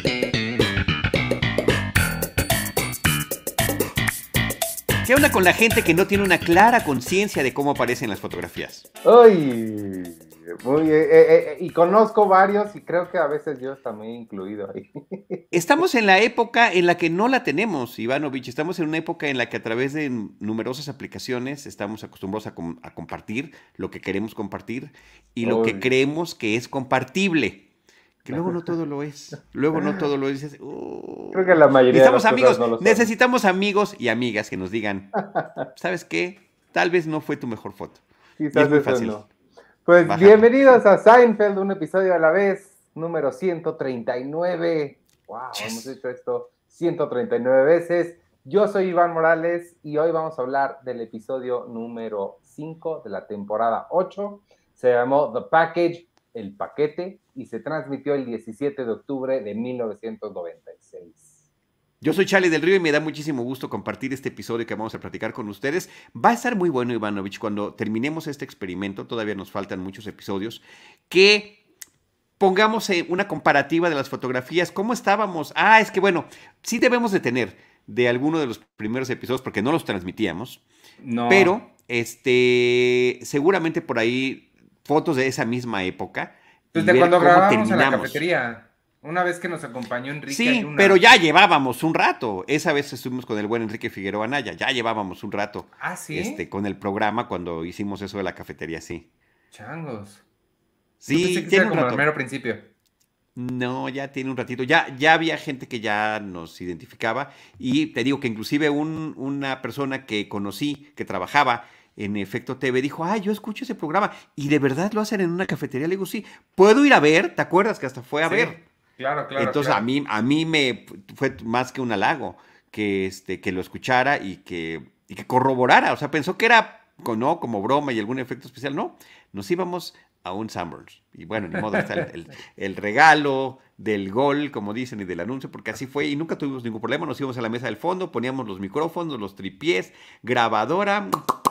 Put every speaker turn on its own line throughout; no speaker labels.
¿Qué onda con la gente que no tiene una clara conciencia de cómo aparecen las fotografías?
Uy, y conozco varios y creo que a veces yo también incluido ahí.
Estamos en la época en la que no la tenemos, Ivanovich. Estamos en una época en la que a través de numerosas aplicaciones estamos acostumbrados a compartir lo que queremos compartir y lo que
Uy.
creemos que es compartible. Que luego no todo lo es. Luego no todo lo es. Dices,
Creo que la mayoría de las
amigos,
cosas no lo son.
necesitamos amigos y amigas que nos digan, ¿sabes qué? Tal vez no fue tu mejor foto. Y
Quizás
es muy
eso
fácil.
no. Pues
bajarlo.
bienvenidos a Seinfeld, un episodio a la vez, número 139. Wow,
Yes.
hemos hecho esto 139 veces. Yo soy Iván Morales y hoy vamos a hablar del episodio número 5 de la temporada 8. Se llamó The Package, el paquete, y se transmitió el 17 de octubre de 1996.
Yo soy Charlie del Río y me da muchísimo gusto compartir este episodio que vamos a platicar con ustedes. Va a estar muy bueno, Ivanovich, cuando terminemos este experimento, todavía nos faltan muchos episodios, que pongamos una comparativa de las fotografías. ¿Cómo estábamos? Es que bueno, sí debemos de tener de alguno de los primeros episodios porque no los transmitíamos,
No.
pero seguramente por ahí fotos de esa misma época.
Desde
ver
cuando
cómo
grabábamos en la
terminamos.
cafetería. Una vez que nos acompañó Enrique
Sí,
Ayuna.
pero ya llevábamos un rato. Esa vez estuvimos con el buen Enrique Figueroa Anaya. Ya llevábamos un rato.
Ah, ¿sí?
Con el programa cuando hicimos eso de la cafetería, sí.
Changos.
Sí,
Yo pensé que
tiene
era
un
como
rato.
el mero principio.
No, ya tiene un ratito. Ya había gente que ya nos identificaba. Y te digo que inclusive una persona que conocí, que trabajaba en Efecto TV, dijo, yo escucho ese programa. Y de verdad lo hacen en una cafetería. Le digo, sí, ¿puedo ir a ver? ¿Te acuerdas que hasta fue a
Sí,
ver?
Claro.
Entonces
claro.
a mí me fue más que un halago que lo escuchara y que corroborara. O sea, pensó que era no como broma y algún efecto especial. No, nos íbamos a un Sanborns. Y bueno, ni modo, está el regalo del gol, como dicen, y del anuncio, porque así fue. Y nunca tuvimos ningún problema. Nos íbamos a la mesa del fondo, poníamos los micrófonos, los tripiés, grabadora,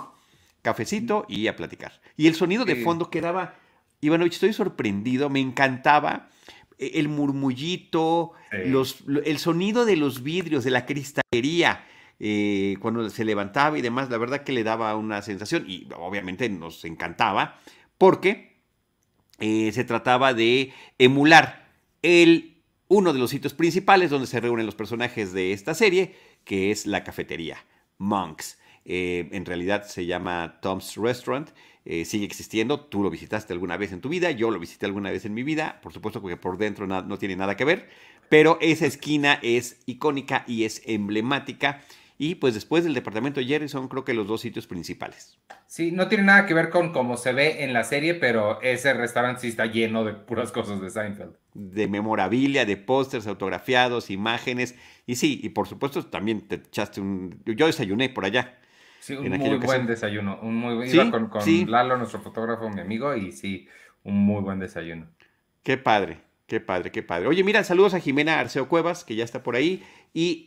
cafecito y a platicar. Y el sonido de fondo quedaba... Ivanovich, estoy sorprendido, me encantaba el murmullito, el sonido de los vidrios, de la cristalería, cuando se levantaba y demás, la verdad que le daba una sensación y obviamente nos encantaba porque se trataba de emular uno de los sitios principales donde se reúnen los personajes de esta serie, que es la cafetería, Monk's. En realidad se llama Tom's Restaurant. Sigue existiendo, tú lo visitaste alguna vez en tu vida, yo lo visité alguna vez en mi vida, por supuesto que por dentro no tiene nada que ver, pero esa esquina es icónica y es emblemática, y pues después del departamento de Jerry son creo que los dos sitios principales.
Sí, no tiene nada que ver con cómo se ve en la serie, pero ese restaurante sí está lleno de puras cosas de Seinfeld.
De memorabilia, de pósters autografiados, imágenes, y sí, y por supuesto también te echaste yo desayuné por allá.
Sí, un muy buen desayuno.
¿Sí?
Iba con
Sí.
Lalo, nuestro fotógrafo, mi amigo, y sí, un muy buen desayuno.
Qué padre, qué padre, qué padre. Oye, mira, saludos a Jimena Arceo Cuevas, que ya está por ahí, y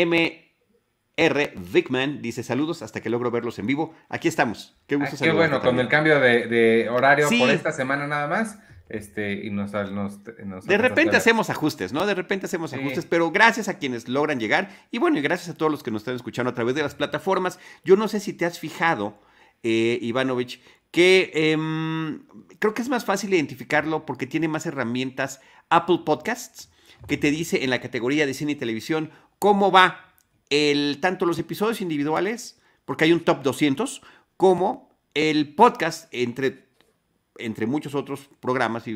MMR Vickman dice, saludos hasta que logro verlos en vivo. Aquí estamos. Qué gusto
Qué bueno, con el cambio de horario por esta semana nada más. Y nos
de repente hacemos ajustes, ¿no? De repente hacemos ajustes, pero gracias a quienes logran llegar y bueno, y gracias a todos los que nos están escuchando a través de las plataformas. Yo no sé si te has fijado, Ivanovich, que creo que es más fácil identificarlo porque tiene más herramientas Apple Podcasts, que te dice en la categoría de cine y televisión cómo va tanto los episodios individuales, porque hay un top 200, como el podcast entre muchos otros programas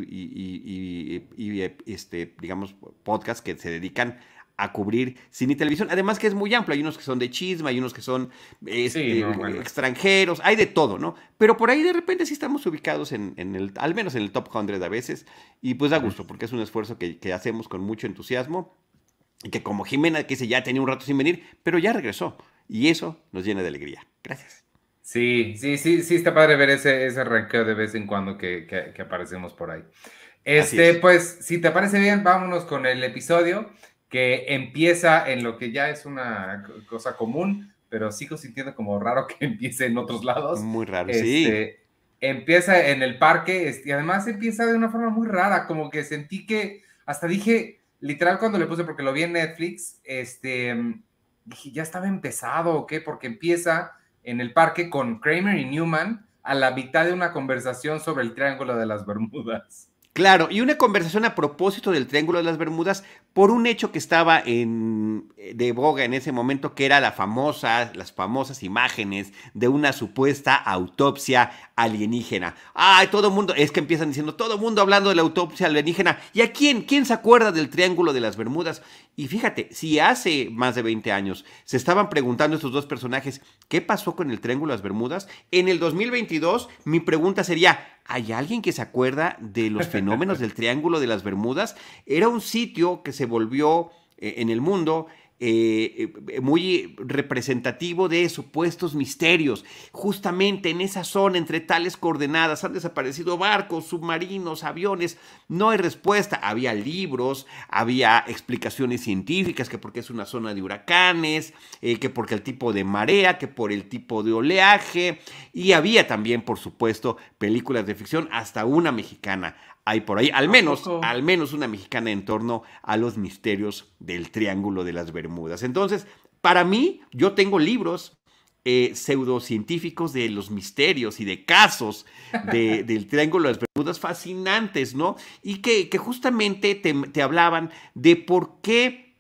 digamos, podcasts que se dedican a cubrir cine y televisión. Además que es muy amplio. Hay unos que son de chisme, hay unos que son extranjeros, hay de todo, ¿no? Pero por ahí de repente sí estamos ubicados al menos en el top 100 a veces. Y pues da gusto, porque es un esfuerzo que hacemos con mucho entusiasmo. Y que como Jimena, que ya tenía un rato sin venir, pero ya regresó. Y eso nos llena de alegría. Gracias.
Sí, está padre ver ese ranqueo de vez en cuando que aparecemos por ahí. Pues, si te parece bien, vámonos con el episodio que empieza en lo que ya es una cosa común, pero sigo sintiendo como raro que empiece en otros lados.
Muy raro, sí.
Empieza en el parque y además empieza de una forma muy rara, como que sentí que hasta dije, literal cuando le puse, porque lo vi en Netflix, dije, ¿ya estaba empezado o qué? Porque empieza en el parque con Kramer y Newman a la mitad de una conversación sobre el Triángulo de las Bermudas.
Claro, y una conversación a propósito del Triángulo de las Bermudas por un hecho que estaba de boga en ese momento, que era las famosas imágenes de una supuesta autopsia alienígena. Ay, todo el mundo, es que empiezan diciendo, todo el mundo hablando de la autopsia alienígena. ¿Y a quién se acuerda del Triángulo de las Bermudas? Y fíjate, si hace más de 20 años se estaban preguntando estos dos personajes, ¿qué pasó con el Triángulo de las Bermudas? En el 2022, mi pregunta sería, ¿hay alguien que se acuerda de los fenómenos del Triángulo de las Bermudas? Era un sitio que se volvió en el mundo muy representativo de supuestos misterios. Justamente en esa zona, entre tales coordenadas, han desaparecido barcos, submarinos, aviones. No hay respuesta. Había libros, había explicaciones científicas, que porque es una zona de huracanes, que porque el tipo de marea, que por el tipo de oleaje. Y había también, por supuesto, películas de ficción, hasta una mexicana hay por ahí, al menos una mexicana en torno a los misterios del Triángulo de las Bermudas. Entonces, para mí, yo tengo libros pseudocientíficos de los misterios y de casos del Triángulo de las Bermudas fascinantes, ¿no? Y que justamente te hablaban de por qué.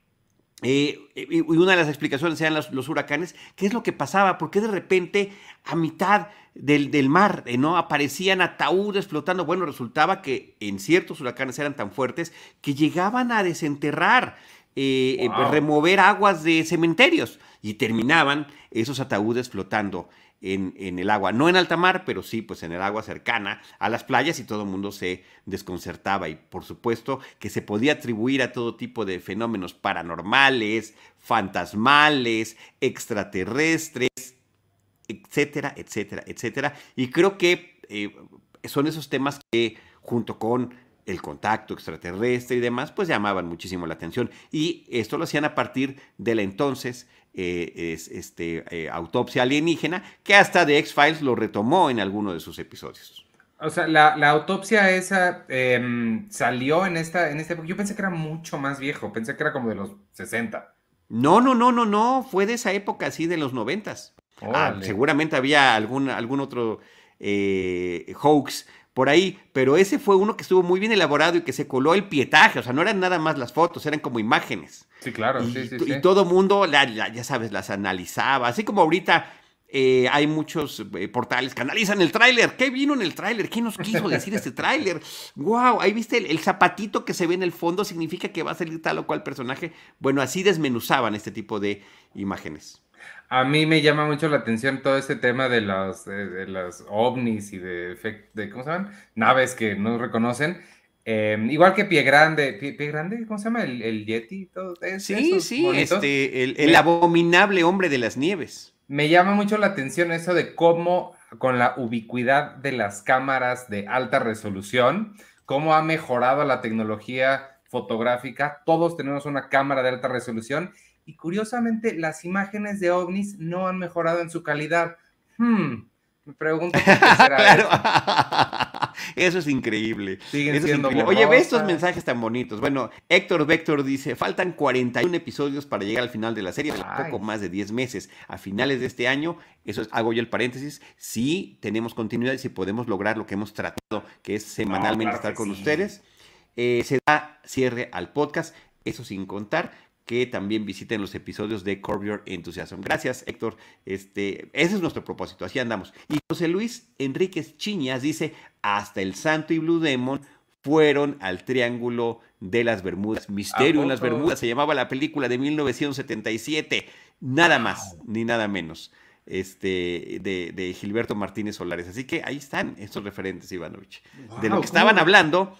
Y una de las explicaciones eran los huracanes. ¿Qué es lo que pasaba? ¿Por qué de repente a mitad del mar no aparecían ataúdes flotando? Bueno, resultaba que en ciertos huracanes eran tan fuertes que llegaban a desenterrar, remover aguas de cementerios y terminaban esos ataúdes flotando en el agua, no en alta mar, pero sí pues en el agua cercana a las playas, y todo el mundo se desconcertaba. Y por supuesto que se podía atribuir a todo tipo de fenómenos paranormales, fantasmales, extraterrestres, etcétera, etcétera, etcétera. Y creo que son esos temas que, junto con el contacto extraterrestre y demás, pues llamaban muchísimo la atención. Y esto lo hacían a partir de la entonces autopsia alienígena, que hasta The X-Files lo retomó en alguno de sus episodios.
O sea, la autopsia esa salió en esta. Yo pensé que era mucho más viejo, pensé que era como de los 60.
No, fue de esa época, así de los 90s. Seguramente había algún otro hoax por ahí, pero ese fue uno que estuvo muy bien elaborado y que se coló el pietaje. O sea, no eran nada más las fotos, eran como imágenes.
Sí, claro,
y todo mundo, ya sabes, las analizaba. Así como ahorita hay muchos portales que analizan el tráiler. ¿Qué vino en el tráiler? ¿Qué nos quiso decir este tráiler? ¡Wow! Ahí viste el zapatito que se ve en el fondo, significa que va a salir tal o cual personaje. Bueno, así desmenuzaban este tipo de imágenes.
A mí me llama mucho la atención todo este tema de las ovnis y de ¿cómo se llaman? Naves que no reconocen. Igual que Pie Grande, ¿cómo se llama? El Yeti, todo eso.
Sí, el abominable hombre de las nieves.
Me llama mucho la atención eso de cómo, con la ubicuidad de las cámaras de alta resolución, cómo ha mejorado la tecnología fotográfica. Todos tenemos una cámara de alta resolución. Y curiosamente, las imágenes de ovnis no han mejorado en su calidad. Me pregunto por qué será eso.
Eso es increíble.
Siguen siendo borrosas.
Oye, ve estos mensajes tan bonitos. Bueno, Héctor Vector dice, faltan 41 episodios para llegar al final de la serie, poco más de 10 meses. A finales de este año, hago yo el paréntesis, sí tenemos continuidad y si podemos lograr lo que hemos tratado, que es semanalmente estar con ustedes, se da cierre al podcast. Eso sin contar que también visiten los episodios de Curb Your Enthusiasm. Gracias, Héctor. Ese es nuestro propósito, así andamos. Y José Luis Enríquez Chiñas dice, hasta el Santo y Blue Demon fueron al Triángulo de las Bermudas. Misterio en las Bermudas, se llamaba la película de 1977. Nada más, ni nada menos. De Gilberto Martínez Solares. Así que ahí están estos referentes, Ivanovich. De lo que estaban hablando,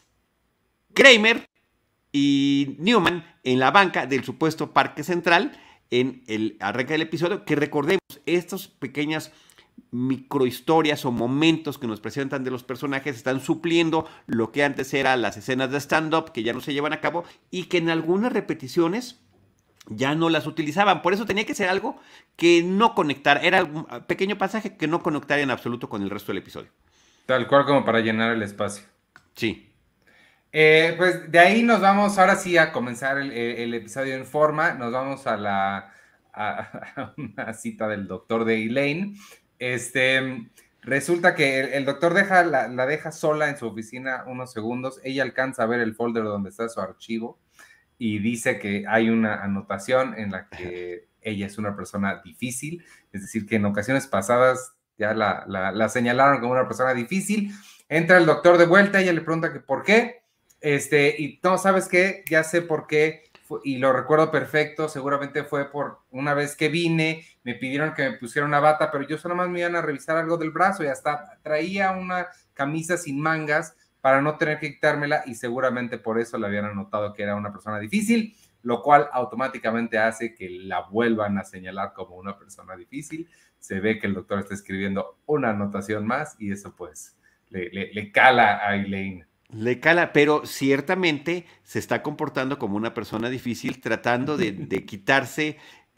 Kramer y Newman en la banca del supuesto Parque Central en el arranque del episodio, que recordemos, estas pequeñas microhistorias o momentos que nos presentan de los personajes están supliendo lo que antes eran las escenas de stand-up que ya no se llevan a cabo y que en algunas repeticiones ya no las utilizaban. Por eso tenía que ser algo que no conectara, era un pequeño pasaje que no conectara en absoluto con el resto del episodio.
Tal cual como para llenar el espacio.
Sí.
Pues de ahí nos vamos ahora sí a comenzar el episodio en forma. Nos vamos a una cita del doctor de Elaine. Resulta que el doctor la deja sola en su oficina unos segundos. Ella alcanza a ver el folder donde está su archivo y dice que hay una anotación en la que ella es una persona difícil. Es decir, que en ocasiones pasadas ya la señalaron como una persona difícil. Entra el doctor de vuelta, ella le pregunta que por qué. Y no, ¿sabes qué? Ya sé por qué, y lo recuerdo perfecto, seguramente fue por una vez que vine, me pidieron que me pusiera una bata, pero yo solamente me iban a revisar algo del brazo y hasta traía una camisa sin mangas para no tener que quitármela y seguramente por eso le habían anotado que era una persona difícil, lo cual automáticamente hace que la vuelvan a señalar como una persona difícil. Se ve que el doctor está escribiendo una anotación más y eso pues le cala a Elaine.
Le cala, pero ciertamente se está comportando como una persona difícil, tratando de quitarse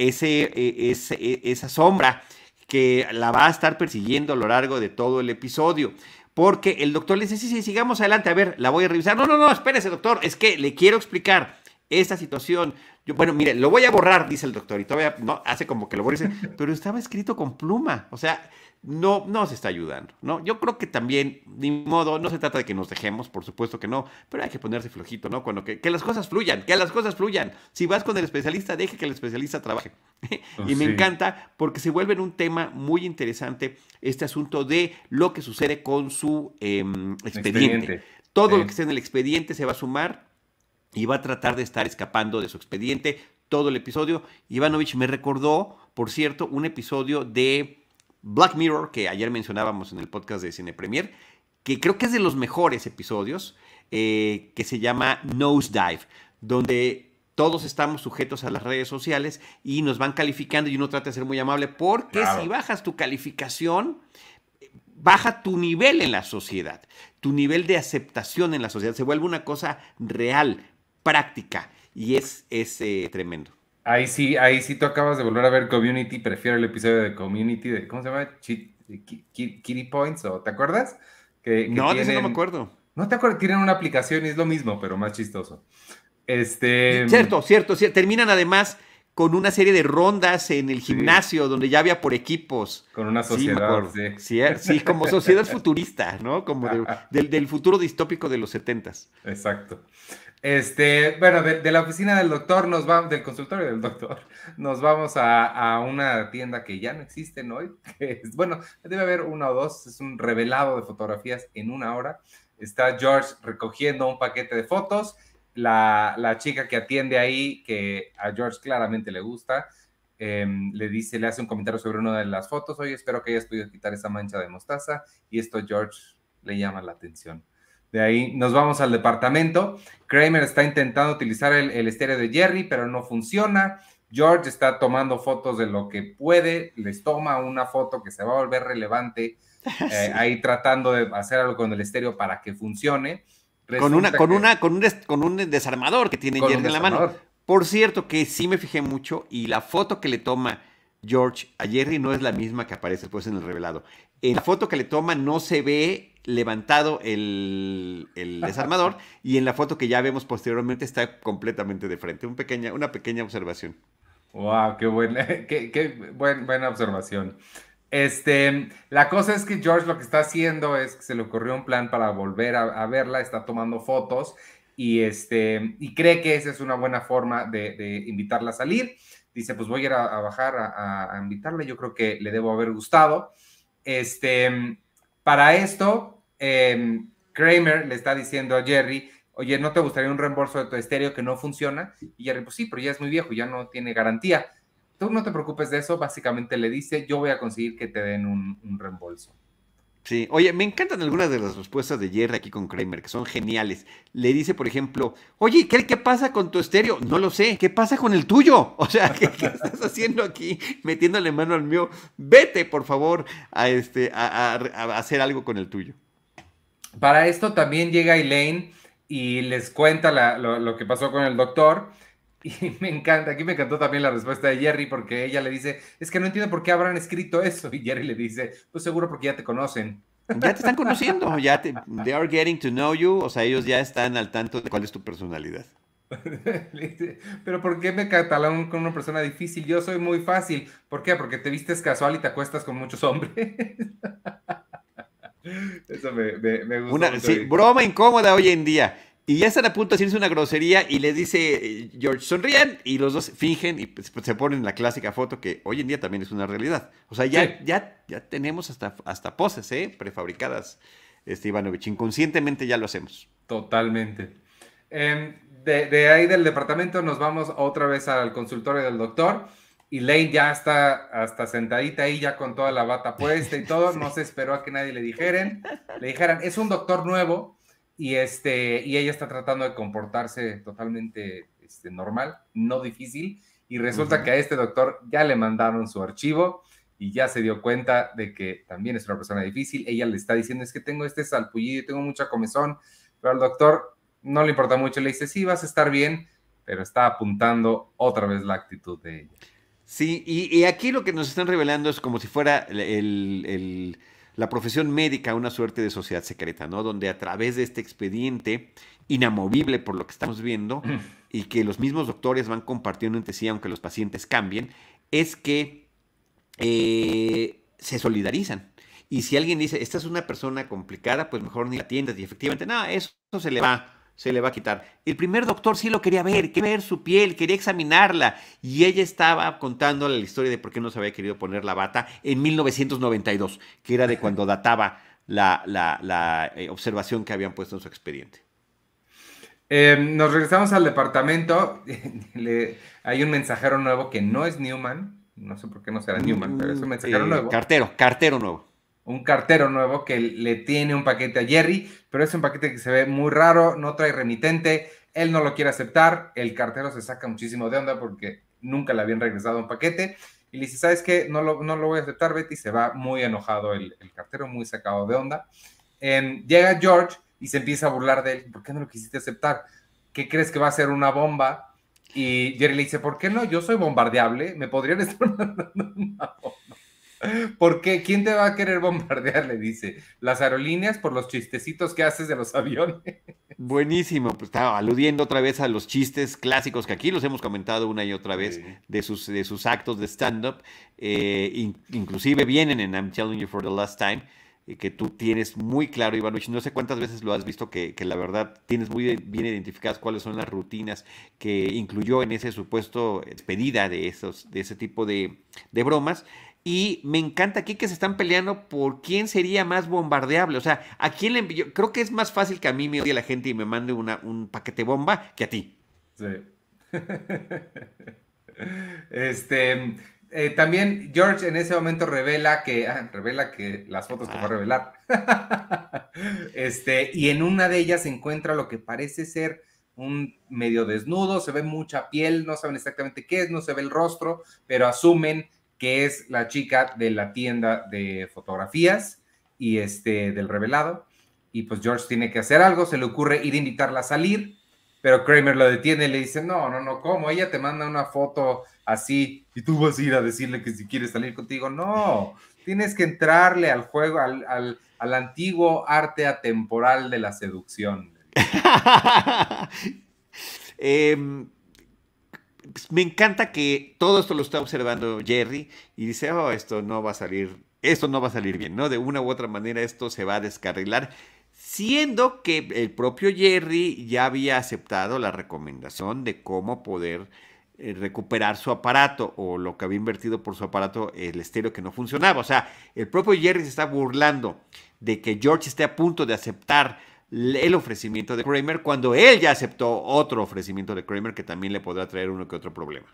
esa sombra que la va a estar persiguiendo a lo largo de todo el episodio. Porque el doctor le dice, sí, sigamos adelante, a ver, la voy a revisar. No, espérese, doctor, es que le quiero explicar esta situación. Bueno, mire, lo voy a borrar, dice el doctor, y todavía no hace como que lo borre, pero estaba escrito con pluma, o sea, no se está ayudando, ¿no? Yo creo que también, ni modo, no se trata de que nos dejemos, por supuesto que no, pero hay que ponerse flojito, ¿no? Que las cosas fluyan, que las cosas fluyan. Si vas con el especialista, deje que el especialista trabaje. Y me encanta porque se vuelve en un tema muy interesante este asunto de lo que sucede con su expediente. Todo lo que esté en el expediente se va a sumar y va a tratar de estar escapando de su expediente todo el episodio. Ivanovich me recordó, por cierto, un episodio de Black Mirror, que ayer mencionábamos en el podcast de Cine Premier, que creo que es de los mejores episodios, que se llama Nosedive, donde todos estamos sujetos a las redes sociales y nos van calificando y uno trata de ser muy amable, porque claro, si bajas tu calificación, baja tu nivel en la sociedad, tu nivel de aceptación en la sociedad, se vuelve una cosa real, práctica, y es tremendo.
Ahí sí tú acabas de volver a ver Community, prefiero el episodio de Community, de, ¿cómo se llama? Kitty Points, ¿o te acuerdas?
No, de eso no me acuerdo.
No te acuerdas, tienen una aplicación y es lo mismo, pero más chistoso.
Cierto, terminan además con una serie de rondas en el gimnasio, sí, donde ya había por equipos.
Con una sociedad,
sí, como sociedad futurista, ¿no? Como del futuro distópico de los 70s.
Exacto. Bueno, de la oficina del doctor del consultorio del doctor, nos vamos a una tienda que ya no existe hoy, que es, bueno, debe haber una o dos, es un revelado de fotografías en una hora. Está George recogiendo un paquete de fotos, la chica que atiende ahí, que a George claramente le gusta, le hace un comentario sobre una de las fotos, oye, espero que hayas podido quitar esa mancha de mostaza, y esto a George le llama la atención. De ahí nos vamos al departamento. Kramer está intentando utilizar el estéreo de Jerry, pero no funciona. George está tomando fotos de lo que puede, les toma una foto que se va a volver relevante, ahí tratando de hacer algo con el estéreo para que funcione.
Con un desarmador que tiene Jerry en la mano. Por cierto, que sí me fijé mucho, y la foto que le toma George a Jerry no es la misma que aparece después en el revelado. En la foto que le toma no se ve levantado el desarmador, y en la foto que ya vemos posteriormente está completamente de frente. Una pequeña observación.
¡Wow! ¡Qué buena observación! La cosa es que George lo que está haciendo es que se le ocurrió un plan para volver a verla, está tomando fotos y cree que esa es una buena forma de invitarla a salir. Dice, pues voy a ir a bajar a invitarla, yo creo que le debo haber gustado. Para esto, Kramer le está diciendo a Jerry, oye, ¿no te gustaría un reembolso de tu estéreo que no funciona? Y Jerry, pues sí, pero ya es muy viejo, ya no tiene garantía. Tú no te preocupes de eso, básicamente le dice, yo voy a conseguir que te den un reembolso.
Sí, oye, me encantan algunas de las respuestas de Jerry aquí con Kramer, que son geniales. Le dice, por ejemplo, oye, ¿qué pasa con tu estéreo? No lo sé, ¿qué pasa con el tuyo? O sea, ¿qué estás haciendo aquí metiéndole mano al mío? Vete, por favor, a hacer algo con el tuyo.
Para esto también llega Elaine y les cuenta lo que pasó con el doctor. Y me encantó también la respuesta de Jerry, porque ella le dice, es que no entiendo por qué habrán escrito eso. Y Jerry le dice, pues seguro porque ya te conocen.
Ya te están conociendo, they are getting to know you, o sea, ellos ya están al tanto de cuál es tu personalidad.
Pero ¿por qué me catalogan con una persona difícil? Yo soy muy fácil. ¿Por qué? Porque te vistes casual y te acuestas con muchos hombres. Eso me gusta mucho.
Sí, broma incómoda hoy en día. Y ya están a punto de decirse una grosería y les dice George, sonrían, y los dos fingen y pues, se ponen la clásica foto que hoy en día también es una realidad. O sea, ya tenemos hasta poses, prefabricadas, Ivanovich. Inconscientemente ya lo hacemos.
Totalmente. De ahí del departamento nos vamos otra vez al consultorio del doctor. Y Lane ya está hasta sentadita ahí, ya con toda la bata puesta y todo. Sí. No se esperó a que nadie le dijeran, es un doctor nuevo y ella está tratando de comportarse totalmente normal, no difícil. Y resulta que a este doctor ya le mandaron su archivo y ya se dio cuenta de que también es una persona difícil. Ella le está diciendo, es que tengo este salpullido, tengo mucha comezón, pero al doctor no le importa mucho. Le dice, sí, vas a estar bien, pero está apuntando otra vez la actitud de ella.
Sí, y aquí lo que nos están revelando es como si fuera la profesión médica una suerte de sociedad secreta, ¿no? Donde a través de este expediente inamovible por lo que estamos viendo y que los mismos doctores van compartiendo entre sí, aunque los pacientes cambien, es que se solidarizan. Y si alguien dice, esta es una persona complicada, pues mejor ni la atiendas. Y efectivamente, no, eso se le va a quitar. El primer doctor sí lo quería ver su piel, quería examinarla. Y ella estaba contándole la historia de por qué no se había querido poner la bata en 1992, que era de cuando databa la observación que habían puesto en su expediente.
Nos regresamos al departamento. Hay un mensajero nuevo que no es Newman. No sé por qué no será Newman, pero es un mensajero nuevo.
Cartero nuevo.
Un cartero nuevo que le tiene un paquete a Jerry, pero es un paquete que se ve muy raro, no trae remitente, él no lo quiere aceptar, el cartero se saca muchísimo de onda porque nunca le habían regresado un paquete, y le dice, ¿sabes qué? No lo voy a aceptar, Betty, se va muy enojado el cartero, muy sacado de onda. Llega George y se empieza a burlar de él, ¿por qué no lo quisiste aceptar? ¿Qué crees que va a ser una bomba? Y Jerry le dice, ¿por qué no? Yo soy bombardeable, me podrían estar mandando una bomba. ¿Por qué? ¿Quién te va a querer bombardear? Le dice. Las aerolíneas por los chistecitos que haces de los aviones.
Buenísimo, pues estaba aludiendo otra vez a los chistes clásicos que aquí los hemos comentado una y otra vez, sí, de sus actos de stand-up, inclusive vienen en I'm Telling You for the Last Time, que tú tienes muy claro, Ivanovich, no sé cuántas veces lo has visto, que la verdad tienes muy bien identificadas cuáles son las rutinas que incluyó en ese supuesto despedida de ese tipo de bromas. Y me encanta aquí que se están peleando por quién sería más bombardeable. O sea, ¿a quién le envío? Creo que es más fácil que a mí me odie la gente y me mande un paquete bomba que a ti.
Sí. También George en ese momento revela que las fotos que va a revelar. Y en una de ellas se encuentra lo que parece ser un medio desnudo, se ve mucha piel, no saben exactamente qué es, no se ve el rostro, pero asumen que es la chica de la tienda de fotografías y del revelado, y pues George tiene que hacer algo, se le ocurre ir a invitarla a salir, pero Kramer lo detiene y le dice, no, ¿cómo? Ella te manda una foto así, y tú vas a ir a decirle que si quieres salir contigo, no, tienes que entrarle al juego, al antiguo arte atemporal de la seducción.
Me encanta que todo esto lo está observando Jerry y dice, esto no va a salir bien, ¿no? De una u otra manera esto se va a descarrilar, siendo que el propio Jerry ya había aceptado la recomendación de cómo poder recuperar su aparato, o lo que había invertido por su aparato, el estéreo que no funcionaba. O sea, el propio Jerry se está burlando de que George esté a punto de aceptar el ofrecimiento de Kramer cuando él ya aceptó otro ofrecimiento de Kramer que también le podrá traer uno que otro problema.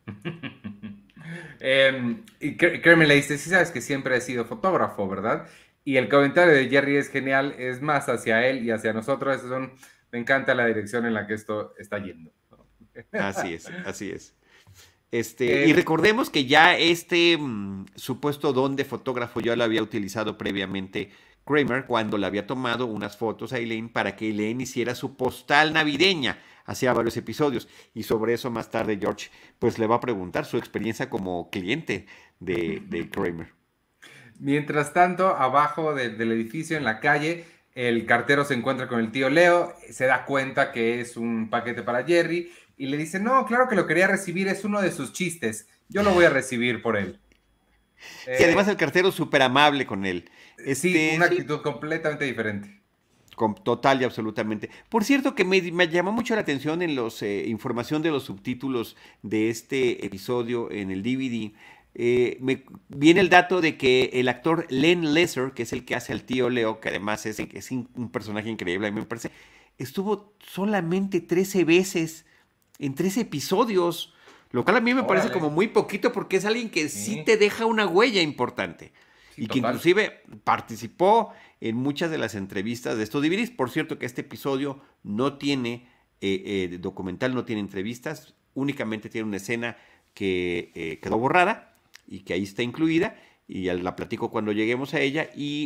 Y Kramer le dice, sí sabes que siempre he sido fotógrafo, ¿verdad? Y el comentario de Jerry es genial, es más hacia él y hacia nosotros. Me encanta la dirección en la que esto está yendo.
Así es. Y recordemos que ya supuesto don de fotógrafo ya lo había utilizado previamente Kramer cuando le había tomado unas fotos a Elaine para que Elaine hiciera su postal navideña. Hacía varios episodios, y sobre eso más tarde George pues le va a preguntar su experiencia como cliente de Kramer.
Mientras tanto, abajo del edificio, en la calle, el cartero se encuentra con el tío Leo, se da cuenta que es un paquete para Jerry y le dice, no, claro que lo quería recibir, es uno de sus chistes, yo lo voy a recibir por él.
Sí, además el cartero súper amable con él.
Sí, una
Sí,
actitud completamente diferente.
total y absolutamente. Por cierto, que me llamó mucho la atención en los información de los subtítulos de este episodio en el DVD. Me viene el dato de que el actor Len Lesser, que es el que hace al tío Leo, que además es un personaje increíble, a mí me parece, estuvo solamente 13 veces en 13 episodios, lo cual a mí me parece
Órale.
como muy poquito porque es alguien que sí
Sí,
te deja una huella importante
sí,
y que
total.
inclusive participó en muchas de las entrevistas de estos DVDs. Por cierto que este episodio no tiene documental, no tiene entrevistas, únicamente tiene una escena que quedó borrada y que ahí está incluida y la platico cuando lleguemos a ella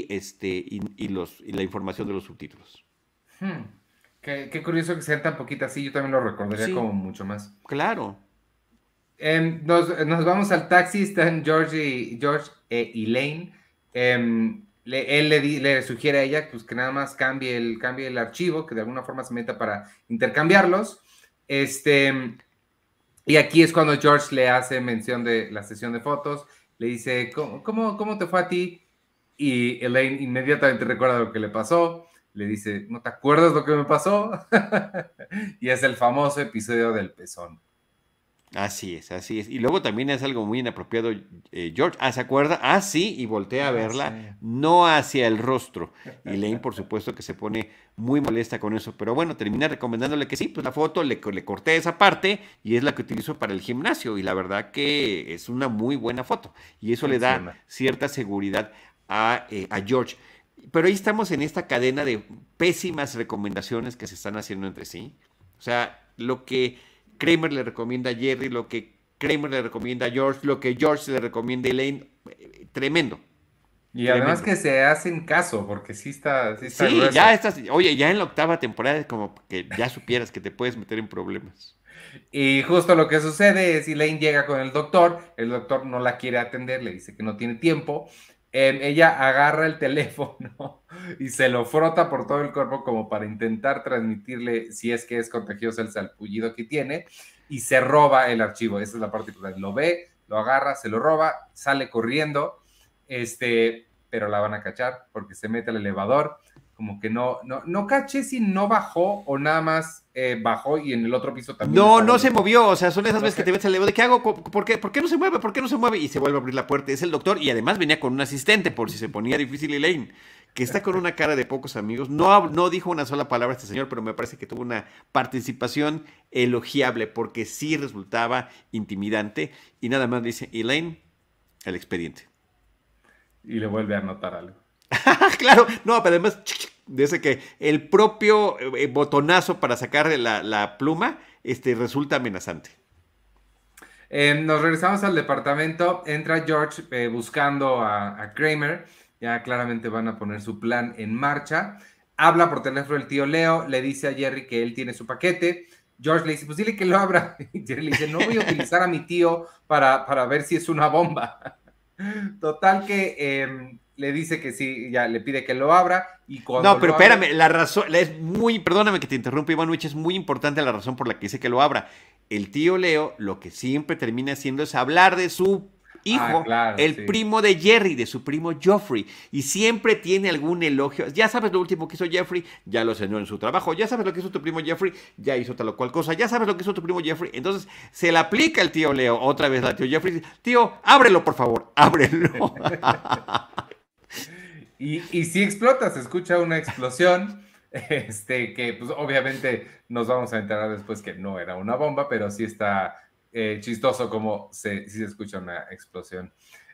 y la información de los subtítulos.
Hmm. Qué curioso que sean tan poquitas, sí, yo también lo recordaría como
Sí,
mucho más.
claro.
Nos vamos al taxi, están George e Elaine. Él le sugiere a ella pues, que nada más cambie el archivo, que de alguna forma se meta para intercambiarlos. Y aquí es cuando George le hace mención de la sesión de fotos, le dice, ¿cómo te fue a ti? Y Elaine inmediatamente recuerda lo que le pasó, le dice, ¿no te acuerdas lo que me pasó? Y es el famoso episodio del pezón.
Así es, así es. Y luego también es algo muy inapropiado, George. ¿Se acuerda? Sí, y voltea a
Sí.
verla, no hacia el rostro. Y Lane, por supuesto, que se pone muy molesta con eso. Pero bueno, termina recomendándole que sí, pues la foto le corté esa parte y es la que utilizo para el gimnasio. Y la verdad que es una muy buena foto. Y eso le da
Funciona.
cierta seguridad a George. Pero ahí estamos en esta cadena de pésimas recomendaciones que se están haciendo entre sí. O sea, lo que Kramer le recomienda a Jerry, lo que Kramer le recomienda a George, lo que George le recomienda a Elaine. Tremendo,
Y además
tremendo.
que se hacen caso, porque sí está
Sí, ya
grueso.
estás, oye, ya en la octava temporada es como que ya supieras que te puedes meter en problemas.
Y justo lo que sucede es Elaine llega con el doctor no la quiere atender, le dice que no tiene tiempo. Ella agarra el teléfono y se lo frota por todo el cuerpo como para intentar transmitirle si es que es contagioso el salpullido que tiene y se roba el archivo. Esa es la parte importante. Lo ve, lo agarra, se lo roba, sale corriendo, pero la van a cachar porque se mete al elevador. Como que no caché si no bajó o nada más bajó y en el otro piso también
No,
estaba
no
el
se
doctor.
movió, o sea, son esas
No
veces que
sé.
te ves el elevador, ¿de qué hago? ¿Por qué no se mueve? ¿Por qué no se mueve? Y se vuelve a abrir la puerta, es el doctor y además venía con un asistente por si se ponía difícil Elaine, que está con una cara de pocos amigos. No dijo una sola palabra este señor, pero me parece que tuvo una participación elogiable porque sí resultaba intimidante y nada más dice Elaine, el expediente.
Y le vuelve a anotar algo.
Claro, no, pero además de ese que el propio botonazo para sacarle la pluma resulta amenazante.
Nos regresamos al departamento. Entra George buscando a Kramer. Ya claramente van a poner su plan en marcha. Habla por teléfono el tío Leo. Le dice a Jerry que él tiene su paquete. George le dice, pues dile que lo abra. Y Jerry le dice, no voy a utilizar a mi tío para ver si es una bomba. Total que le dice que sí, ya le pide que lo abra. Y cuando
No, pero
lo abre,
espérame, la razón, perdóname que te interrumpa, Ivanovich, es muy importante la razón por la que dice que lo abra. El tío Leo lo que siempre termina haciendo es hablar de su hijo,
claro,
el
sí.
primo de Jerry, de su primo Geoffrey, y siempre tiene algún elogio. Ya sabes lo último que hizo Jeffrey, ya lo enseñó en su trabajo, ya sabes lo que hizo tu primo Jeffrey, ya hizo tal o cual cosa, ya sabes lo que hizo tu primo Jeffrey. Entonces se le aplica el tío Leo, otra vez al tío Jeffrey, tío, ábrelo por favor, ábrelo.
Y sí explota, se escucha una explosión, que pues obviamente nos vamos a enterar después que no era una bomba, pero sí está chistoso como sí se escucha una explosión.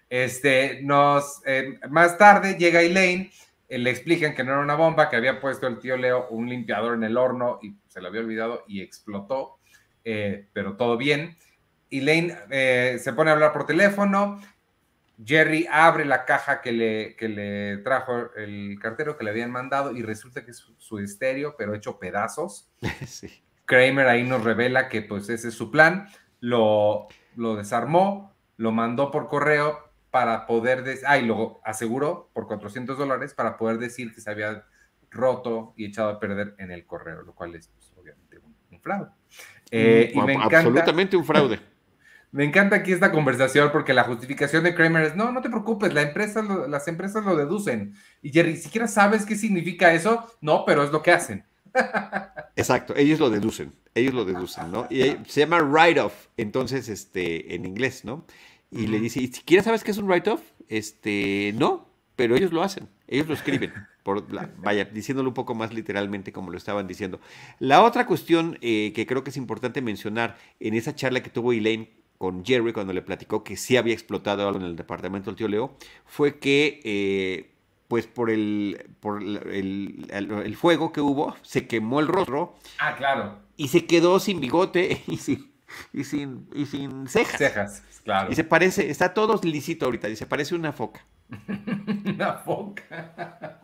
Más tarde llega Elaine, le explican que no era una bomba, que había puesto el tío Leo un limpiador en el horno y se lo había olvidado y explotó, pero todo bien. Elaine se pone a hablar por teléfono. Jerry abre la caja que le trajo el cartero que le habían mandado y resulta que es su estéreo, pero hecho pedazos.
Sí.
Kramer ahí nos revela que pues ese es su plan. Lo desarmó, lo mandó por correo para poder y luego aseguró por $400 para poder decir que se había roto y echado a perder en el correo, lo cual es pues, obviamente un fraude. Y me encanta,
absolutamente un fraude.
Me encanta aquí esta conversación porque la justificación de Kramer es, no te preocupes, las empresas lo deducen. Y Jerry, ¿siquiera sabes qué significa eso? No, pero es lo que hacen.
Exacto, ellos lo deducen, ¿no? Y se llama write-off, entonces, en inglés, ¿no? Y le dice, ¿y siquiera sabes qué es un write-off? No, pero ellos lo hacen, ellos lo escriben, vaya, diciéndolo un poco más literalmente como lo estaban diciendo. La otra cuestión que creo que es importante mencionar en esa charla que tuvo Elaine con Jerry cuando le platicó que sí había explotado algo en el departamento del tío Leo, fue que pues por el fuego que hubo, se quemó el rostro.
Ah, claro.
Y se quedó sin bigote y sin cejas.
Cejas, claro.
Y se parece, está todo lisito ahorita, y se parece una foca.
Una foca.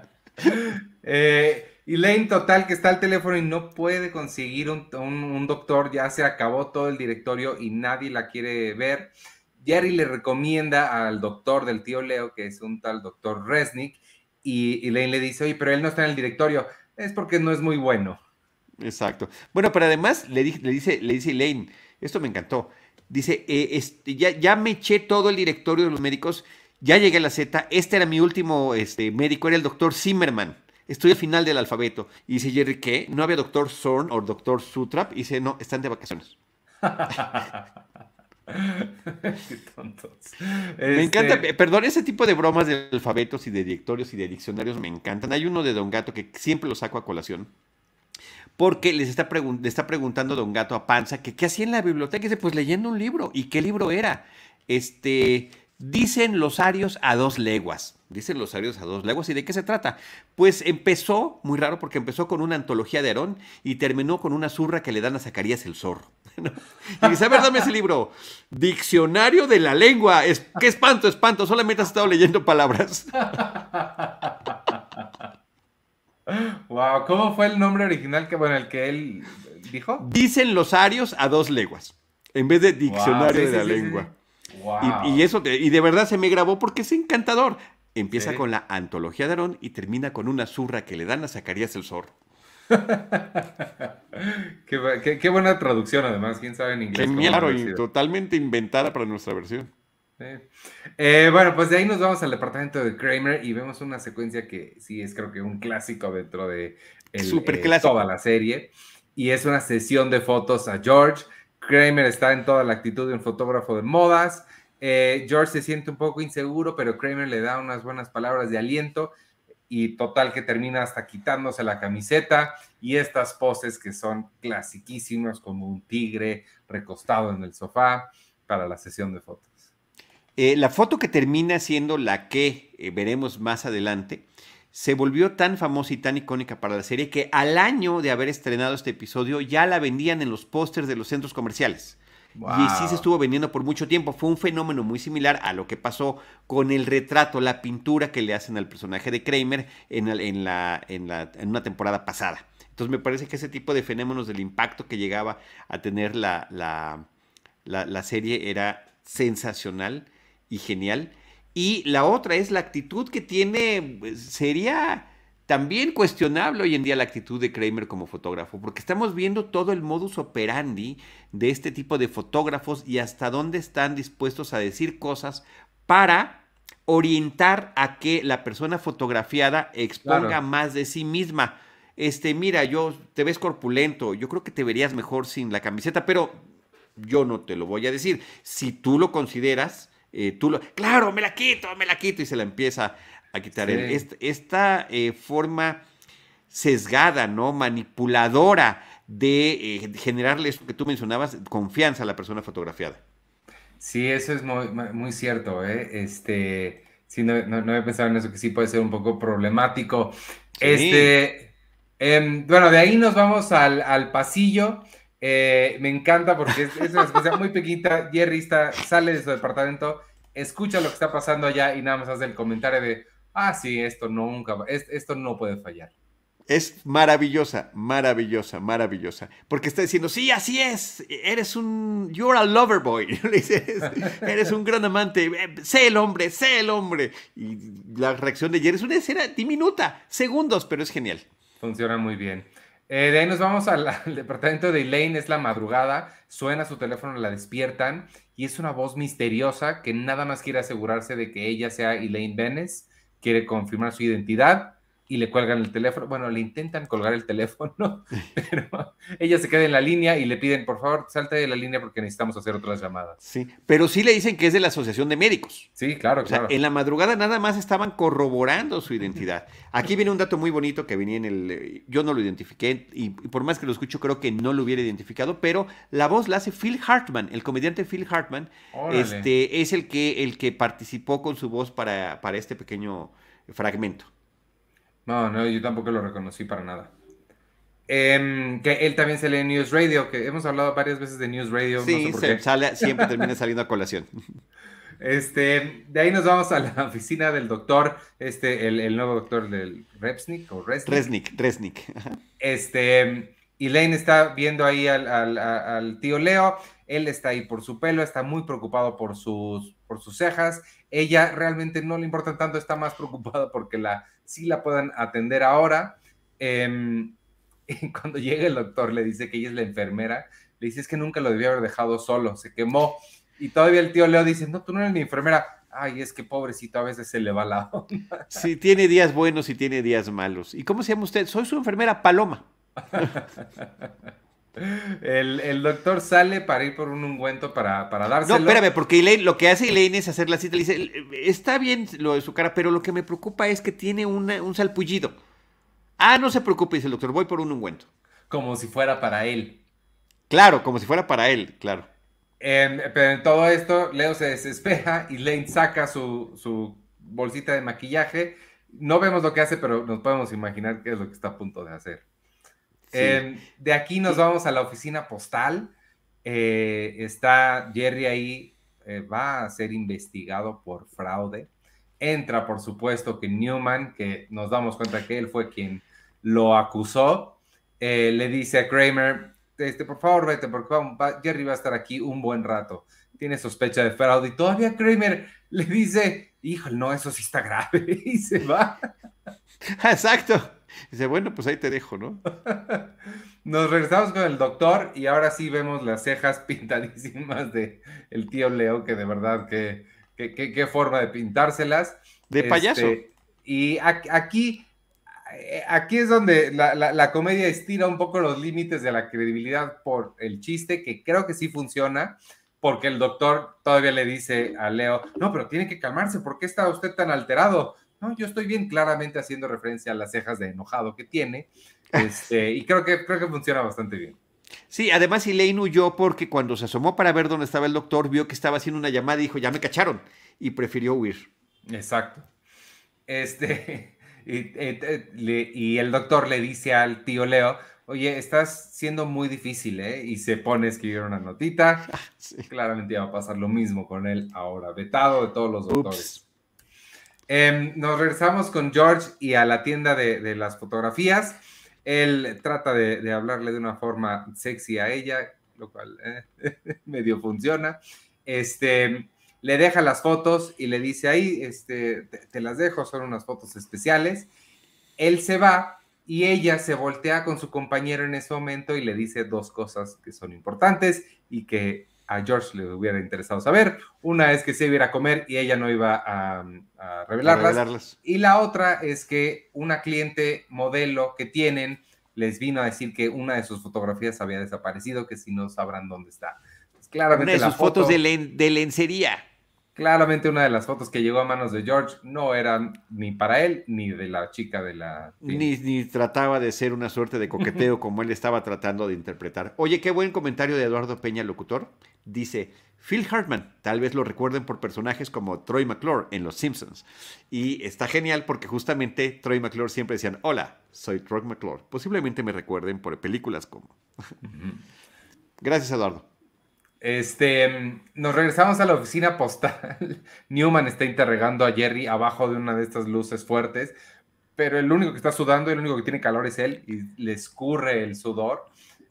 Elaine, total, que está al teléfono y no puede conseguir un doctor, ya se acabó todo el directorio y nadie la quiere ver. Jerry le recomienda al doctor del tío Leo, que es un tal doctor Resnick, y Elaine le dice, oye, pero él no está en el directorio, es porque no es muy bueno.
Exacto. Bueno, pero además le dice Elaine, esto me encantó, dice, ya me eché todo el directorio de los médicos, ya llegué a la Z, este era mi último médico, era el doctor Zimmerman. Estoy al final del alfabeto. Y dice Jerry, ¿qué? ¿No había doctor Zorn o doctor Sutrap? Y dice, no, están de vacaciones.
Qué tontos.
Me encanta, perdón, ese tipo de bromas de alfabetos y de directorios y de diccionarios me encantan. Hay uno de Don Gato que siempre lo saco a colación. Porque le está preguntando Don Gato a Panza que qué hacía en la biblioteca. Y dice, pues leyendo un libro. ¿Y qué libro era? Dicen los arios a 2 leguas. Dicen los arios a 2 leguas. ¿Y de qué se trata? Pues empezó, muy raro, porque empezó con una antología de Aarón y terminó con una zurra que le dan a Zacarías el zorro. Y dice, a ver, dame ese libro. Diccionario de la lengua. ¡Qué espanto! Solamente has estado leyendo palabras.
Wow, ¿cómo fue el nombre original el que él dijo?
Dicen los arios a 2 leguas. En vez de diccionario de la lengua.
Sí. Wow.
Y de verdad se me grabó porque es encantador. Empieza con la antología de Aarón y termina con una zurra que le dan a Zacarías el zorro.
Qué buena traducción, además. ¿Quién sabe en inglés?
Claro, y totalmente inventada para nuestra versión.
Sí. Bueno, pues de ahí nos vamos al departamento de Kramer y vemos una secuencia que sí es creo que un clásico dentro de toda la serie. Y es una sesión de fotos a George. Kramer está en toda la actitud de un fotógrafo de modas. George se siente un poco inseguro, pero Kramer le da unas buenas palabras de aliento y total que termina hasta quitándose la camiseta y estas poses que son clasiquísimas como un tigre recostado en el sofá para la sesión de fotos.
La foto que termina siendo la que veremos más adelante se volvió tan famosa y tan icónica para la serie que al año de haber estrenado este episodio ya la vendían en los pósters de los centros comerciales. Wow. Y sí se estuvo vendiendo por mucho tiempo. Fue un fenómeno muy similar a lo que pasó con el retrato, la pintura que le hacen al personaje de Kramer en una temporada pasada. Entonces me parece que ese tipo de fenómenos del impacto que llegaba a tener la serie era sensacional y genial. Y la otra es la actitud que tiene, sería también cuestionable hoy en día la actitud de Kramer como fotógrafo, porque estamos viendo todo el modus operandi de este tipo de fotógrafos y hasta dónde están dispuestos a decir cosas para orientar a que la persona fotografiada exponga más de sí misma. Mira, te ves corpulento, yo creo que te verías mejor sin la camiseta, pero yo no te lo voy a decir. Si tú lo consideras, claro, me la quito, y se la empieza a quitar. Sí. Esta forma sesgada, ¿no? Manipuladora de generarle eso que tú mencionabas, confianza a la persona fotografiada.
Sí, eso es muy, muy cierto, sí, no he pensado en eso, que sí puede ser un poco problemático. Sí. Bueno, de ahí nos vamos al pasillo. Me encanta porque es una cosa muy pequeñita. Jerry sale de su departamento, escucha lo que está pasando allá y nada más hace el comentario de, sí, esto no puede fallar.
Es maravillosa, maravillosa, maravillosa. Porque está diciendo, sí, así es, you're a lover boy. Le dices, eres un gran amante, sé el hombre, sé el hombre. Y la reacción de Jerry es una escena diminuta, segundos, pero es genial.
Funciona muy bien. De ahí nos vamos al departamento de Elaine, es la madrugada, suena su teléfono, la despiertan y es una voz misteriosa que nada más quiere asegurarse de que ella sea Elaine Benes, quiere confirmar su identidad y le cuelgan el teléfono. Bueno, le intentan colgar el teléfono, pero ella se queda en la línea y le piden, por favor, salte de la línea porque necesitamos hacer otras llamadas.
Sí, pero sí le dicen que es de la Asociación de Médicos.
Sí, claro,
O sea,
claro.
en la madrugada nada más estaban corroborando su identidad. Aquí viene un dato muy bonito que venía en el... Yo no lo identifiqué y por más que lo escucho creo que no lo hubiera identificado, pero la voz la hace Phil Hartman, el comediante Phil Hartman.
Órale.
Es el que participó con su voz para este pequeño fragmento.
No, yo tampoco lo reconocí para nada. Que él también sale en News Radio, que hemos hablado varias veces de News Radio, no sé
Sí,
por qué.
siempre termina saliendo a colación.
De ahí nos vamos a la oficina del doctor, el nuevo doctor del Resnick o Resnick.
Resnick. Ajá.
Elaine está viendo ahí al tío Leo, él está ahí por su pelo, está muy preocupado por sus cejas, ella realmente no le importa tanto, está más preocupada porque sí la puedan atender ahora. Cuando llega el doctor le dice que ella es la enfermera, le dice es que nunca lo debía haber dejado solo, se quemó. Y todavía el tío Leo dice, no, tú no eres ni enfermera. Ay, es que pobrecito, a veces se le va la onda.
Sí, tiene días buenos y tiene días malos. ¿Y cómo se llama usted? Soy su enfermera Paloma.
El doctor sale para ir por un ungüento para dárselo.
No, espérame, porque Elaine, lo que hace Elaine es hacer la cita. Le dice, está bien lo de su cara, pero lo que me preocupa es que tiene un salpullido. Ah, no se preocupe, dice el doctor, voy por un ungüento.
Como si fuera para él.
Claro, como si fuera para él, claro.
Pero en todo esto, Leo se desespera y Elaine saca su bolsita de maquillaje. No vemos lo que hace, pero nos podemos imaginar qué es lo que está a punto de hacer. Sí. De aquí nos vamos a la oficina postal. Está Jerry ahí, va a ser investigado por fraude. Entra, por supuesto, que Newman, que nos damos cuenta que él fue quien lo acusó, le dice a Kramer, por favor vete, porque Jerry va a estar aquí un buen rato. Tiene sospecha de fraude. Y todavía Kramer le dice, híjole, no, eso sí está grave. Y se va.
Exacto. Dice, bueno, pues ahí te dejo, ¿no?
Nos regresamos con el doctor y ahora sí vemos las cejas pintadísimas de el tío Leo, que de verdad, qué forma de pintárselas.
De payaso.
Y aquí es donde la comedia estira un poco los límites de la credibilidad por el chiste, que creo que sí funciona, porque el doctor todavía le dice a Leo, no, pero tiene que calmarse, ¿por qué está usted tan alterado? No, yo estoy bien, claramente haciendo referencia a las cejas de enojado que tiene, y creo que funciona bastante bien.
Sí, además Elaine huyó porque cuando se asomó para ver dónde estaba el doctor, vio que estaba haciendo una llamada y dijo, ya me cacharon, y prefirió huir.
Exacto. Y el doctor le dice al tío Leo, oye, estás siendo muy difícil, ¿eh? Y se pone a escribir una notita. Sí. Claramente va a pasar lo mismo con él ahora, vetado de todos los doctores. Nos regresamos con George y a la tienda de las fotografías. Él trata de hablarle de una forma sexy a ella, lo cual medio funciona. Le deja las fotos y le dice ahí, te las dejo, son unas fotos especiales. Él se va y ella se voltea con su compañero en ese momento y le dice dos cosas que son importantes y que a George le hubiera interesado saber. Una es que se iba a ir a comer y ella no iba a revelarlas. Y la otra es que una cliente modelo que tienen les vino a decir que una de sus fotografías había desaparecido, que si no sabrán dónde está. Pues claramente
una de sus fotos de lencería.
Claramente una de las fotos que llegó a manos de George no eran ni para él ni de la chica de la...
Ni trataba de ser una suerte de coqueteo como él estaba tratando de interpretar. Oye, qué buen comentario de Eduardo Peña, locutor. Dice, Phil Hartman, tal vez lo recuerden por personajes como Troy McClure en Los Simpsons. Y está genial porque justamente Troy McClure siempre decían, hola, soy Troy McClure. Posiblemente me recuerden por películas como... Gracias, Eduardo.
Nos regresamos a la oficina postal. Newman está interrogando a Jerry abajo de una de estas luces fuertes. pero el único que está sudando, el único que tiene calor es él, y le escurre el sudor,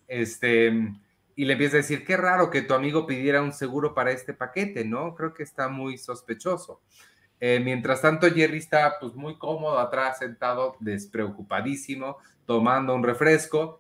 y le empieza a decir, qué raro que tu amigo pidiera un seguro para este paquete, ¿no? Creo que está muy sospechoso. Mientras tanto, Jerry está pues muy cómodo atrás, sentado, despreocupadísimo, tomando un refresco.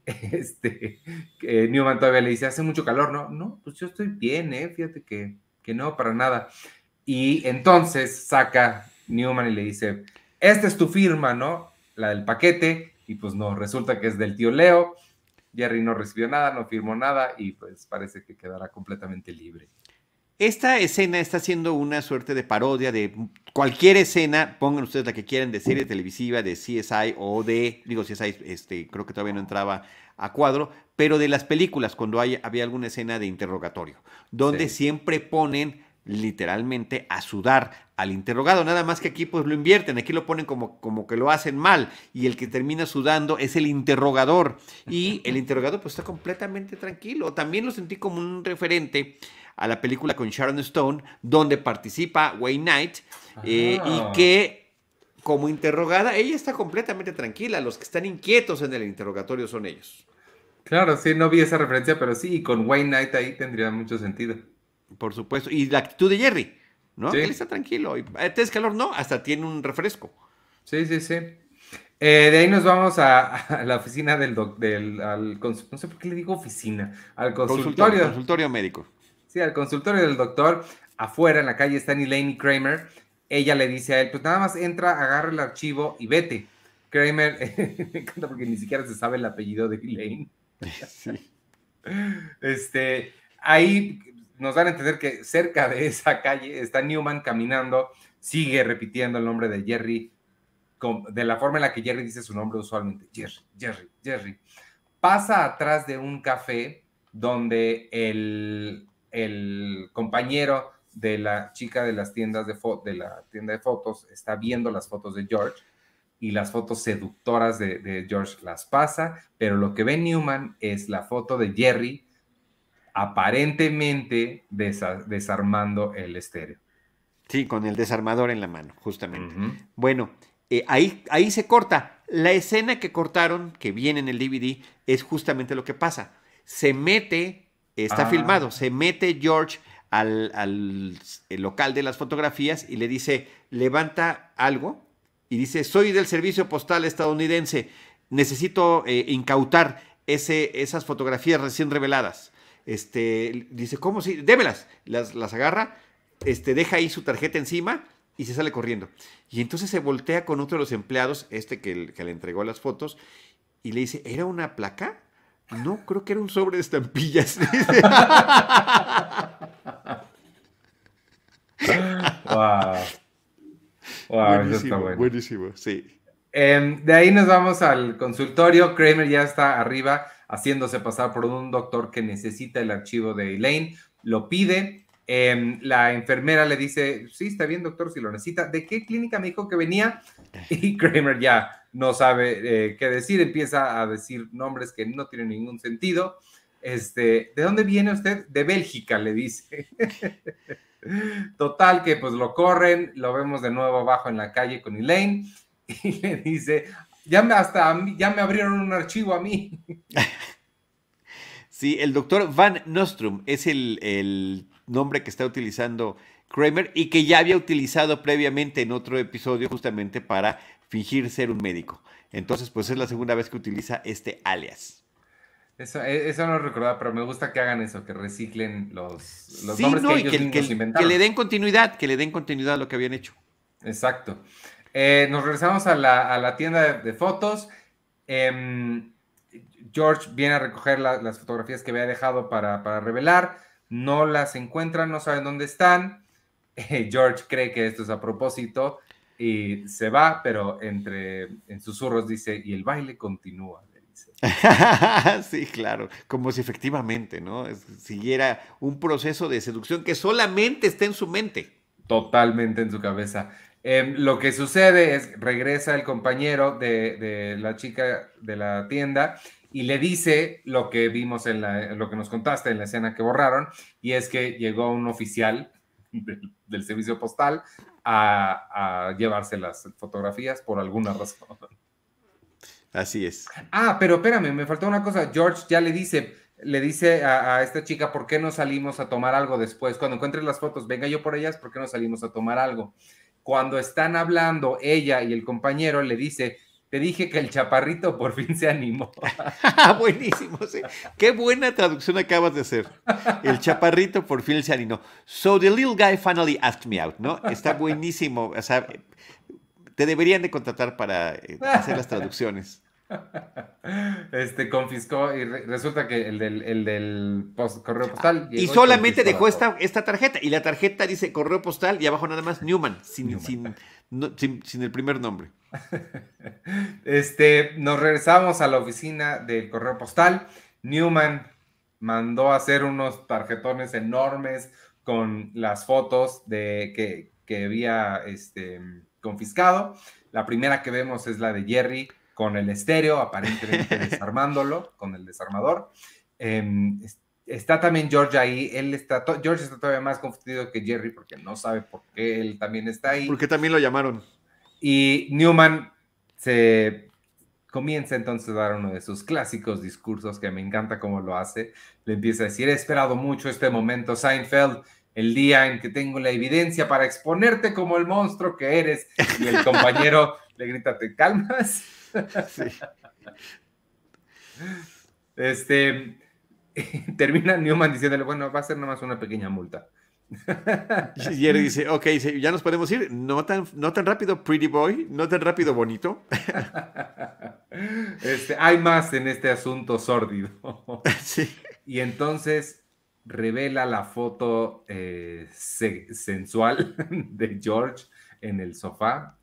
Newman todavía le dice, hace mucho calor, ¿no? No, pues yo estoy bien, fíjate que no, para nada. Y entonces saca Newman y le dice, esta es tu firma, ¿no? La del paquete, y pues no, resulta que es del tío Leo. Jerry no recibió nada, no firmó nada, y pues parece que quedará completamente libre.
Esta escena está siendo una suerte de parodia de cualquier escena, pongan ustedes la que quieran, de serie televisiva, de CSI o CSI, creo que todavía no entraba a cuadro, pero de las películas, cuando había alguna escena de interrogatorio, donde siempre ponen literalmente a sudar al interrogado, nada más que aquí pues lo invierten, aquí lo ponen como que lo hacen mal, y el que termina sudando es el interrogador, y el interrogador pues está completamente tranquilo. También lo sentí como un referente a la película con Sharon Stone, donde participa Wayne Knight, y que como interrogada, ella está completamente tranquila. Los que están inquietos en el interrogatorio son ellos.
Claro, sí, no vi esa referencia, pero sí, y con Wayne Knight ahí tendría mucho sentido.
Por supuesto. Y la actitud de Jerry, ¿no?
Sí.
Que él está tranquilo. Y ¿tienes calor? No, hasta tiene un refresco.
Sí, sí, sí. De ahí nos vamos a la oficina no sé por qué le digo oficina, al consultorio.
Consultorio médico.
Sí, al consultorio del doctor. Afuera en la calle están Elaine y Kramer. Ella le dice a él, pues nada más entra, agarra el archivo y vete. Kramer, me encanta porque ni siquiera se sabe el apellido de Elaine.
Sí.
Ahí nos dan a entender que cerca de esa calle está Newman caminando, sigue repitiendo el nombre de Jerry, de la forma en la que Jerry dice su nombre usualmente, Jerry. Pasa atrás de un café donde el compañero de la chica de las tiendas de la tienda de fotos está viendo las fotos de George, y las fotos seductoras de George las pasa, pero lo que ve Newman es la foto de Jerry aparentemente desarmando el estéreo.
Sí, con el desarmador en la mano, justamente. Bueno, ahí se corta. La escena que cortaron, que viene en el DVD, es justamente lo que pasa. Se mete, está filmado, se mete George al local de las fotografías y le dice, levanta algo, y dice, soy del servicio postal estadounidense, necesito incautar esas fotografías recién reveladas. Dice, ¿cómo? Sí, démelas. Las agarra, deja ahí su tarjeta encima y se sale corriendo. Y entonces se voltea con otro de los empleados, que le entregó las fotos, y le dice, ¿era una placa? No, creo que era un sobre de estampillas.
Wow,
Buenísimo,
eso está bueno.
Buenísimo, sí.
De ahí nos vamos al consultorio. Kramer ya está arriba haciéndose pasar por un doctor que necesita el archivo de Elaine. Lo pide. La enfermera le dice, sí, está bien, doctor, si lo necesita. ¿De qué clínica me dijo que venía? Y Kramer ya no sabe qué decir. Empieza a decir nombres que no tienen ningún sentido. ¿De dónde viene usted? De Bélgica, le dice. Total, que pues lo corren. Lo vemos de nuevo abajo en la calle con Elaine. Y le dice, ya me abrieron un archivo a mí.
Sí, el doctor Van Nostrum es el nombre que está utilizando Kramer y que ya había utilizado previamente en otro episodio justamente para fingir ser un médico. Entonces, pues es la segunda vez que utiliza este alias.
Eso no lo recordaba, pero me gusta que hagan eso, que reciclen los nombres que ellos mismos inventaron.
Que le den continuidad a lo que habían hecho.
Exacto. Nos regresamos a la tienda de fotos. George viene a recoger las fotografías que había dejado para revelar. No las encuentran, no saben dónde están. George cree que esto es a propósito y se va, pero en susurros dice, y el baile continúa.
Sí, claro, como si efectivamente, ¿no? Siguiera un proceso de seducción que solamente está en su mente.
Totalmente en su cabeza. Lo que sucede es, regresa el compañero de la chica de la tienda y le dice lo que vimos en lo que nos contaste en la escena que borraron, y es que llegó un oficial del servicio postal a llevarse las fotografías por alguna razón.
Así es.
Pero espérame, me faltó una cosa. George ya le dice a esta chica, ¿por qué no salimos a tomar algo después? Cuando encuentres las fotos, venga yo por ellas, ¿por qué no salimos a tomar algo? Cuando están hablando, ella y el compañero le dice, te dije que el chaparrito por fin se animó.
Buenísimo, sí. Qué buena traducción acabas de hacer. El chaparrito por fin se animó. So the little guy finally asked me out, ¿no? Está buenísimo. O sea, te deberían de contratar para hacer las traducciones.
Confiscó y resulta que el del correo postal
y solamente dejó esta tarjeta, y la tarjeta dice correo postal y abajo nada más Newman, sin el primer nombre.
Nos regresamos a la oficina del correo postal. Newman mandó a hacer unos tarjetones enormes con las fotos que había confiscado. La primera que vemos es la de Jerry con el estéreo, aparentemente desarmándolo con el desarmador. Está también George ahí. George está todavía más confundido que Jerry porque no sabe por qué él también está ahí.
Porque también lo llamaron.
Y Newman se comienza entonces a dar uno de sus clásicos discursos, que me encanta cómo lo hace. Le empieza a decir, he esperado mucho este momento, Seinfeld, el día en que tengo la evidencia para exponerte como el monstruo que eres. Y el compañero le grita, ¿te calmas?
Sí.
Termina Newman diciéndole, bueno, va a ser nomás una pequeña multa.
Y Jerry dice, ok, ya nos podemos ir, no tan rápido, pretty boy, no tan rápido, bonito.
Hay más en este asunto sórdido.
Sí.
Y entonces revela la foto sensual de George en el sofá.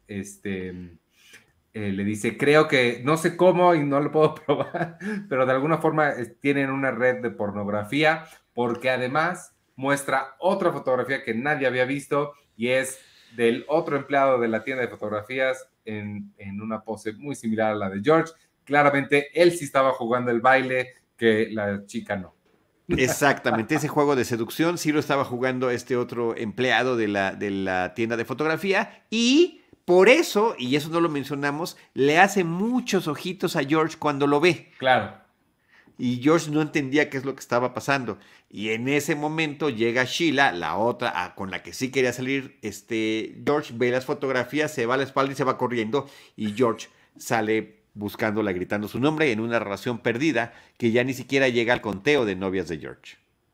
Le dice, creo que, no sé cómo y no lo puedo probar, pero de alguna forma tienen una red de pornografía, porque además muestra otra fotografía que nadie había visto y es del otro empleado de la tienda de fotografías en una pose muy similar a la de George. Claramente él sí estaba jugando el baile, que la chica no.
Exactamente, ese juego de seducción sí lo estaba jugando este otro empleado de la tienda de fotografía, y por eso, y eso no lo mencionamos, le hace muchos ojitos a George cuando lo ve.
Claro.
Y George no entendía qué es lo que estaba pasando. Y en ese momento llega Sheila, la otra con la que sí quería salir. George ve las fotografías, se va a la espalda y se va corriendo. Y George sale buscándola, gritando su nombre en una relación perdida que ya ni siquiera llega al conteo de novias de George.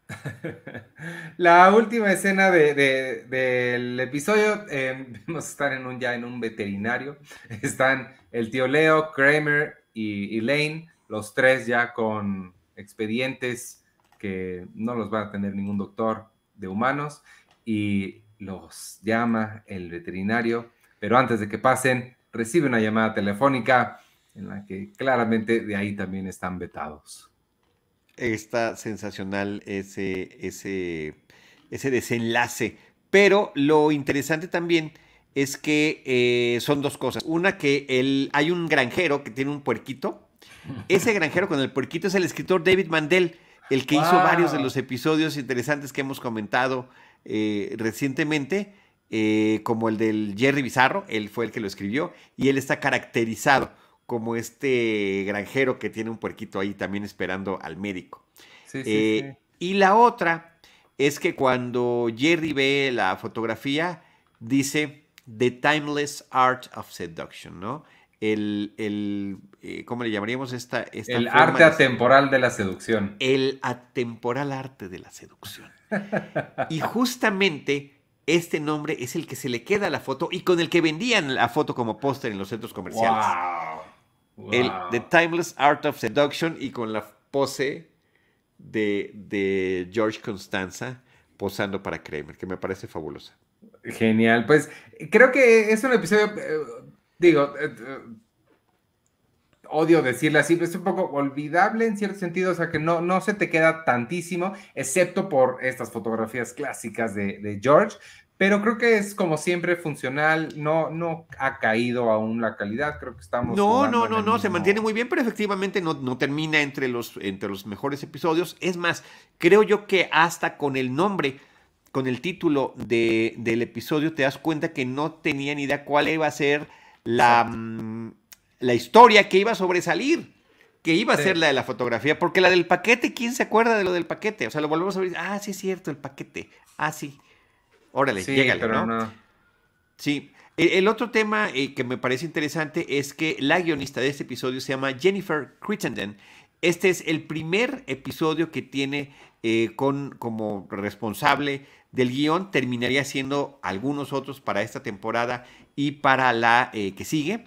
La última escena del episodio, vemos estar ya en un veterinario. Están el tío Leo, Kramer y Elaine, los tres ya con expedientes que no los va a tener ningún doctor de humanos, y los llama el veterinario, pero antes de que pasen, recibe una llamada telefónica en la que claramente de ahí también están vetados.
Está sensacional ese desenlace, pero lo interesante también es que son dos cosas. Una, que hay un granjero que tiene un puerquito. Ese granjero con el puerquito es el escritor David Mandel, el que hizo varios de los episodios interesantes que hemos comentado recientemente, como el del Jerry Bizarro. Él fue el que lo escribió y él está caracterizado como este granjero que tiene un puerquito ahí también esperando al médico. Sí. Y la otra es que cuando Jerry ve la fotografía, dice The Timeless Art of Seduction, ¿no? ¿Cómo le llamaríamos esta
el arte atemporal de la seducción.
El atemporal arte de la seducción. Y justamente este nombre es el que se le queda a la foto y con el que vendían la foto como póster en los centros comerciales.
Wow.
The Timeless Art of Seduction, y con la pose de George Constanza posando para Kramer, que me parece fabulosa.
Genial, pues creo que es un episodio, odio decirle así, pero es un poco olvidable en cierto sentido, o sea que no se te queda tantísimo, excepto por estas fotografías clásicas de George, pero creo que es como siempre funcional, no ha caído aún la calidad, creo que estamos...
No, se mantiene muy bien, pero efectivamente no termina entre los mejores episodios. Es más, creo yo que hasta con el nombre con el título del episodio te das cuenta que no tenía ni idea cuál iba a ser la historia que iba a sobresalir, que iba a ser la de la fotografía, porque la del paquete, ¿quién se acuerda de lo del paquete? O sea, lo volvemos a ver, sí es cierto, el paquete, sí, órale,
sí,
llégale,
pero
¿no?
no.
Sí, el otro tema que me parece interesante es que la guionista de este episodio se llama Jennifer Crittenden. Este es el primer episodio que tiene como responsable del guión. Terminaría siendo algunos otros para esta temporada y para la que sigue.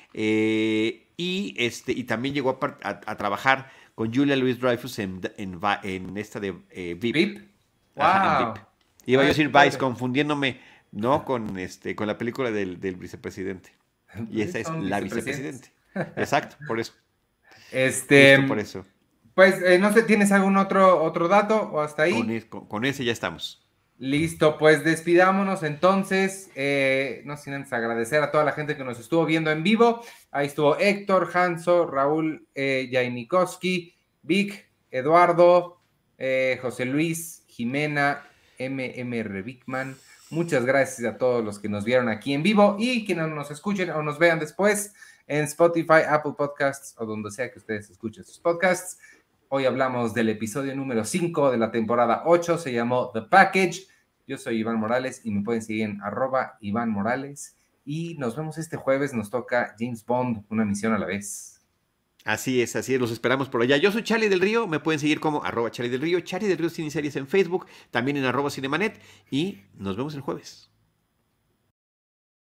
Y también llegó a trabajar con Julia Louis-Dreyfus en esta de VIP.
¿VIP?
Ajá, en
Wow.
VIP. Iba a decir Vice,
Padre.
confundiéndome, ¿no? Con la película del vicepresidente. Y esa es
Son
la
vicepresidentes.
vicepresidente. Exacto, por eso.
Justo
por eso.
Pues no sé, ¿tienes algún otro dato o hasta ahí?
Con ese ya estamos.
Listo, pues despidámonos entonces, no sin antes agradecer a toda la gente que nos estuvo viendo en vivo. Ahí estuvo Héctor, Hanso, Raúl Jainikowski, Vic, Eduardo, José Luis, Jimena, MMR Bigman. Muchas gracias a todos los que nos vieron aquí en vivo y quienes nos escuchen o nos vean después en Spotify, Apple Podcasts o donde sea que ustedes escuchen sus podcasts. Hoy hablamos del episodio número 5 de la temporada 8, se llamó The Package. Yo soy Iván Morales y me pueden seguir en @Iván Morales. Y nos vemos este jueves, nos toca James Bond, una misión a la vez.
Así es, los esperamos por allá. Yo soy Charlie del Río, me pueden seguir como @Charlie del Río, Charlie del Río Cine Series en Facebook, también en @Cinemanet y nos vemos el jueves.